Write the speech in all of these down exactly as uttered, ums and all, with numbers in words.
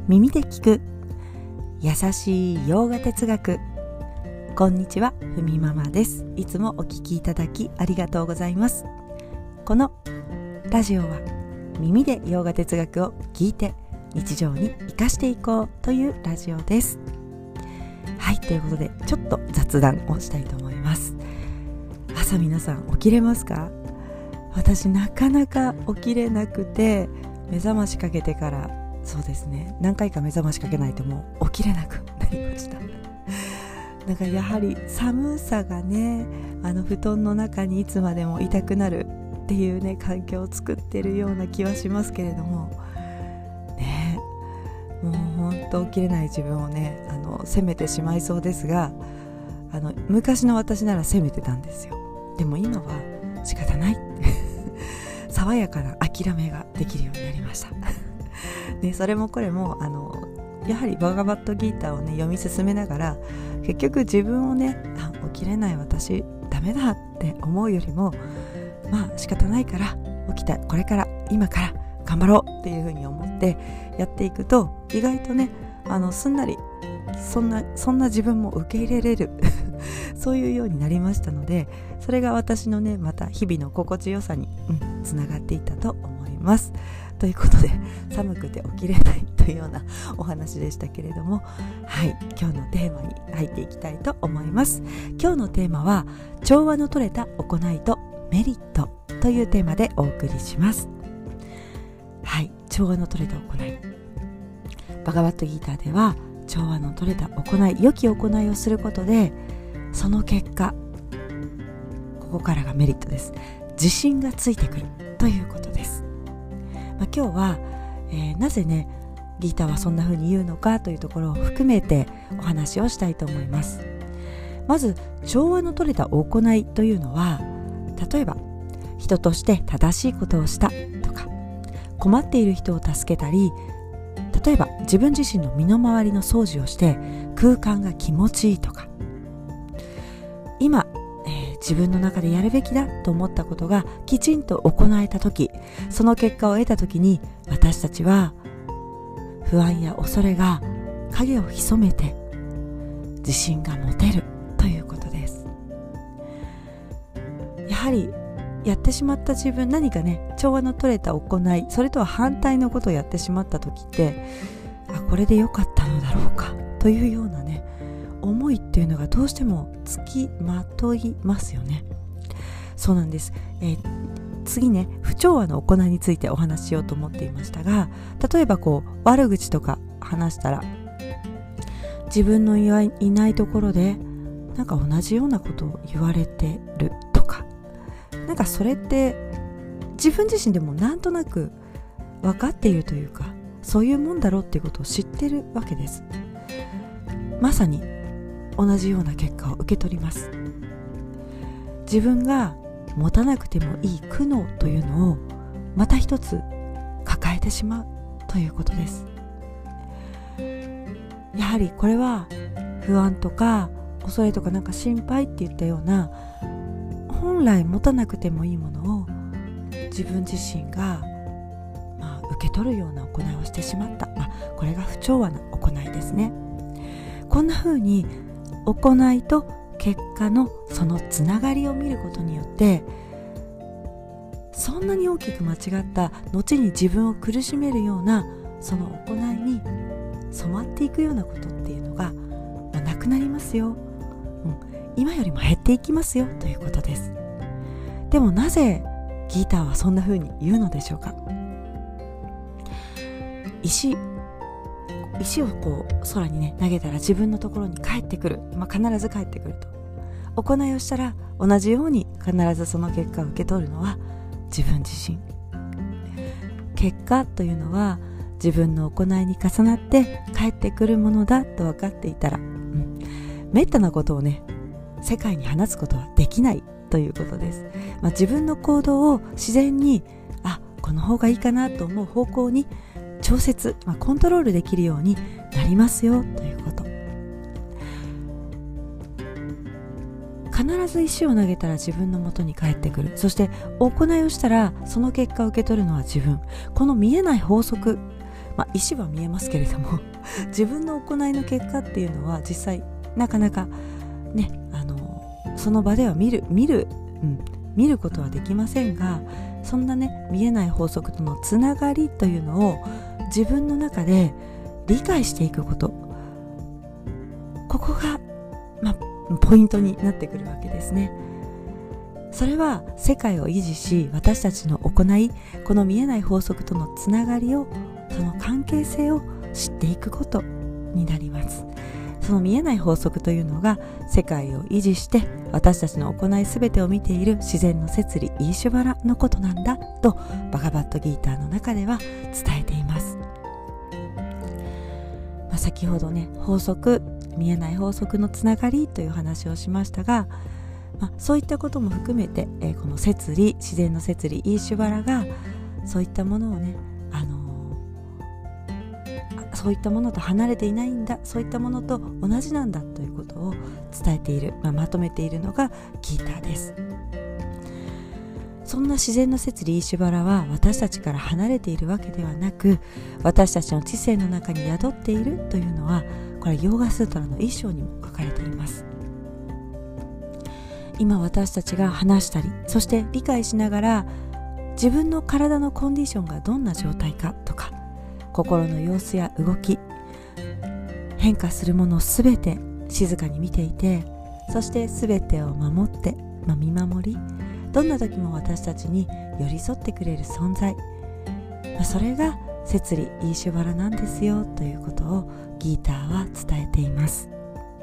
耳で聞く優しい洋画哲学。こんにちは、ふみママです。いつもお聞きいただきありがとうございます。このラジオは耳で洋画哲学を聞いて日常に生かしていこうというラジオです。はい、ということでちょっと雑談をしたいと思います。朝皆さん起きれますか？私なかなか起きれなくて、目覚ましかけてからそうですね何回か目覚ましかけないともう起きれなくなりました。なんかやはり寒さがね、あの布団の中にいつまでもいたくなるっていうね環境を作ってるような気はしますけれどもね、もうほんと起きれない自分をねあの責めてしまいそうですが、あの昔の私なら責めてたんですよ。でも今は仕方ない爽やかな諦めができるようになりましたね、それもこれもあのやはりバガバットギーターをね読み進めながら、結局自分をねあ起きれない私ダメだって思うよりも、まあ仕方ないから起きたこれから今から頑張ろうっていうふうに思ってやっていくと、意外とねあのすんなりそんなそんな自分も受け入れれるそういうようになりましたので、それが私のねまた日々の心地よさに、うん、つながっていたと思います。ということで、寒くて起きれないというようなお話でしたけれども、はい、今日のテーマに入っていきたいと思います。今日のテーマは調和の取れた行いとメリットというテーマでお送りします。はい、調和の取れた行い、バガバットギーターでは調和の取れた行い、良き行いをすることで、その結果ここからがメリットです。自信がついてくるということです。まあ、今日は、えー、なぜねギーターはそんな風に言うのかというところを含めてお話をしたいと思います。まず調和の取れた行いというのは、例えば人として正しいことをしたとか、困っている人を助けたり、例えば自分自身の身の回りの掃除をして空間が気持ちいいとか、今自分の中でやるべきだと思ったことがきちんと行えたとき、その結果を得たときに、私たちは不安や恐れが影を潜めて自信が持てるということです。やはりやってしまった自分、何かね調和の取れた行い、それとは反対のことをやってしまったときって、あこれで良かったのだろうかというようなね思いっていうのがどうしてもつきまといますよね。そうなんです、えー、次ね不調和の行いについてお話ししようと思っていましたが、例えばこう悪口とか話したら、自分のいないところでなんか同じようなことを言われてるとか、なんかそれって自分自身でもなんとなく分かっているというか、そういうもんだろうっていうことを知ってるわけです。まさに同じような結果を受け取ります。自分が持たなくてもいい苦悩というのをまた一つ抱えてしまうということです。やはりこれは不安とか恐れとかなんか心配っていったような、本来持たなくてもいいものを自分自身が、まあ、受け取るような行いをしてしまった、まあ、これが不調和な行いですね。こんな風に行いと結果のそのつながりを見ることによって、そんなに大きく間違った後に自分を苦しめるようなその行いに染まっていくようなことっていうのが、まあ、なくなりますよ、うん、今よりも減っていきますよということです。でもなぜギーターはそんな風に言うのでしょうか。石石をこう空にね投げたら自分のところに帰ってくる、まあ、必ず帰ってくると。行いをしたら同じように必ずその結果を受け取るのは自分自身。結果というのは自分の行いに重なって帰ってくるものだと分かっていたら、うん、めったなことをね世界に放つことはできないということです。まあ、自分の行動を自然にあこの方がいいかなと思う方向に調節、まあ、コントロールできるようになりますよということ。必ず石を投げたら自分の元に帰ってくる。そして行いをしたらその結果を受け取るのは自分。この見えない法則、 まあ、石は見えますけれども自分の行いの結果っていうのは実際なかなかね、あのその場では見る見る、うん、見ることはできませんが、そんなね見えない法則とのつながりというのを自分の中で理解していくこと、ここが、まあ、ポイントになってくるわけですね。それは世界を維持し、私たちの行い、この見えない法則とのつながりを、その関係性を知っていくことになります。その見えない法則というのが世界を維持して私たちの行いすべてを見ている自然の摂理イーシュバラのことなんだとバガバットギーターの中では伝えています。まあ、先ほどね、法則、見えない法則のつながりという話をしましたが、まあ、そういったことも含めて、えー、この摂理、自然の摂理イーシュバラがそういったものをね、あのそういったものと離れていないんだ、そういったものと同じなんだということを伝えている、まあ、まとめているのがギーターです。そんな自然の摂理イーシュバラは私たちから離れているわけではなく、私たちの知性の中に宿っているというのは、これはヨーガスートラの一章にも書かれています。今私たちが話したり、そして理解しながら自分の体のコンディションがどんな状態かとか、心の様子や動き、変化するものをすべて静かに見ていて、そしてすべてを守って、まあ、見守り、どんな時も私たちに寄り添ってくれる存在、まあ、それが摂理イーシュバラなんですよということをギーターは伝えています。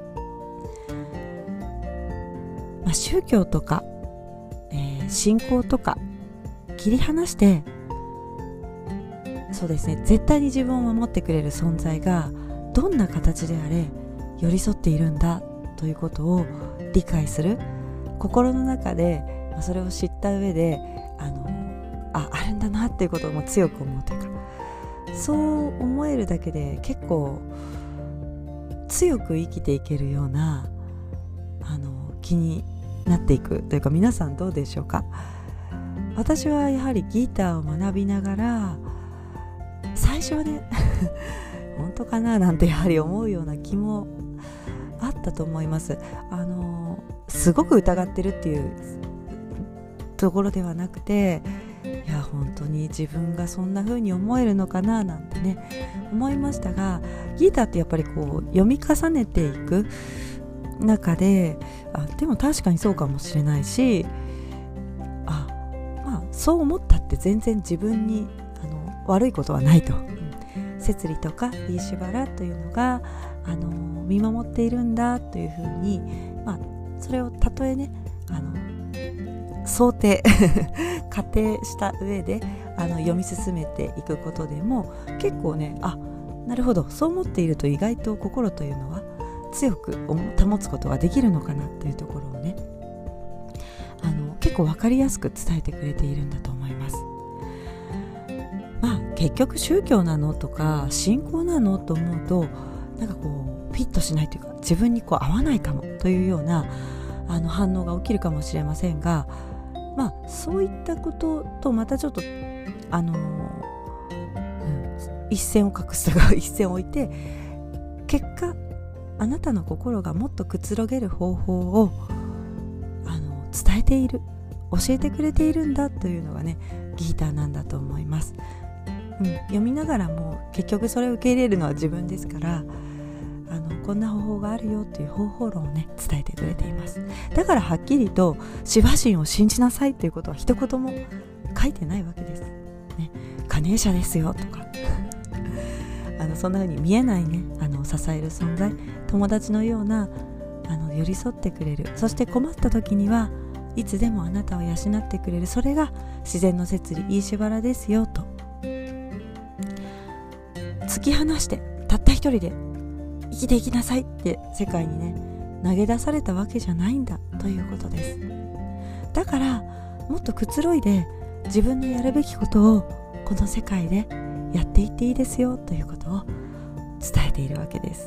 まあ、宗教とか、えー、信仰とか切り離して、そうですね、絶対に自分を守ってくれる存在がどんな形であれ寄り添っているんだということを理解する、心の中でそれを知った上であのあ、あるんだなっていうことをもう強く思うというか、そう思えるだけで結構強く生きていけるようなあの気になっていくというか、皆さんどうでしょうか。私はやはりギターを学びながら最初はね本当かななんてやはり思うような気もあったと思います。あのすごく疑ってるっていうところではなくて、いや本当に自分がそんな風に思えるのかななんてね思いましたが、ギーターってやっぱりこう読み重ねていく中で、あでも確かにそうかもしれないし、あまあそう思ったって全然自分にあの悪いことはないと、摂理とかイーシュバラというのがあの見守っているんだというふうに、まあ、それをたとえねあの想定仮定した上であの読み進めていくことでも結構ね、あなるほど、そう思っていると意外と心というのは強く保つことができるのかなというところをね、あの結構分かりやすく伝えてくれているんだと思います。まあ結局宗教なのとか信仰なのと思うとなんかこうフィットしないというか、自分にこう合わないかもというようなあの反応が起きるかもしれませんが、まあそういったこととまたちょっとあの、うん、一線を画すとか一線を置いて、結果あなたの心がもっとくつろげる方法をあの伝えている、教えてくれているんだというのがねギーターなんだと思います。うん、読みながらも結局それを受け入れるのは自分ですから、あのこんな方法があるよという方法論をね伝えてくれています。だからはっきりとシヴァ神を信じなさいということは一言も書いてないわけです、ね、カネーシャですよとかあのそんな風に見えないねあの支える存在、友達のようなあの寄り添ってくれる、そして困った時にはいつでもあなたを養ってくれる、それが自然の摂理イーシュバラですよと、突き放してたった一人で生きていきなさいって世界にね投げ出されたわけじゃないんだということです。だからもっとくつろいで自分のやるべきことをこの世界でやっていっていいですよということを伝えているわけです。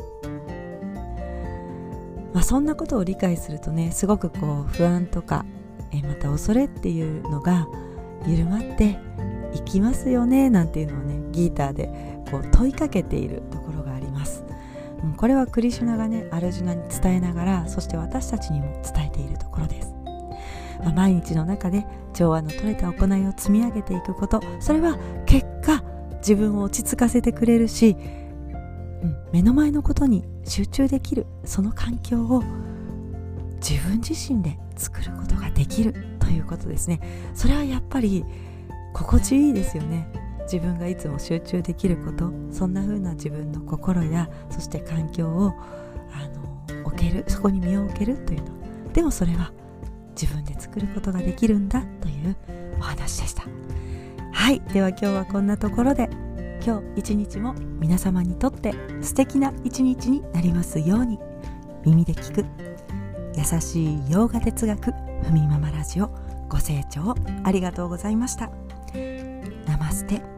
まあ、そんなことを理解するとね、すごくこう不安とかえまた恐れっていうのが緩まっていきますよねなんていうのをね、 ギーターでこう問いかけているところがあります。うん、これはクリシュナがねアルジュナに伝えながら、そして私たちにも伝えているところです。まあ、毎日の中で調和の取れた行いを積み上げていくこと、それは結果自分を落ち着かせてくれるし、うん、目の前のことに集中できる、その環境を自分自身で作ることができるということですね。それはやっぱり心地いいですよね。自分がいつも集中できること、そんな風な自分の心やそして環境をあの置ける、そこに身を置けるというの、でもそれは自分で作ることができるんだというお話でした。はい、では今日はこんなところで、今日一日も皆様にとって素敵な一日になりますように。耳で聞く優しい洋画哲学ふみママラジオ、ご清聴ありがとうございました。ナマステ。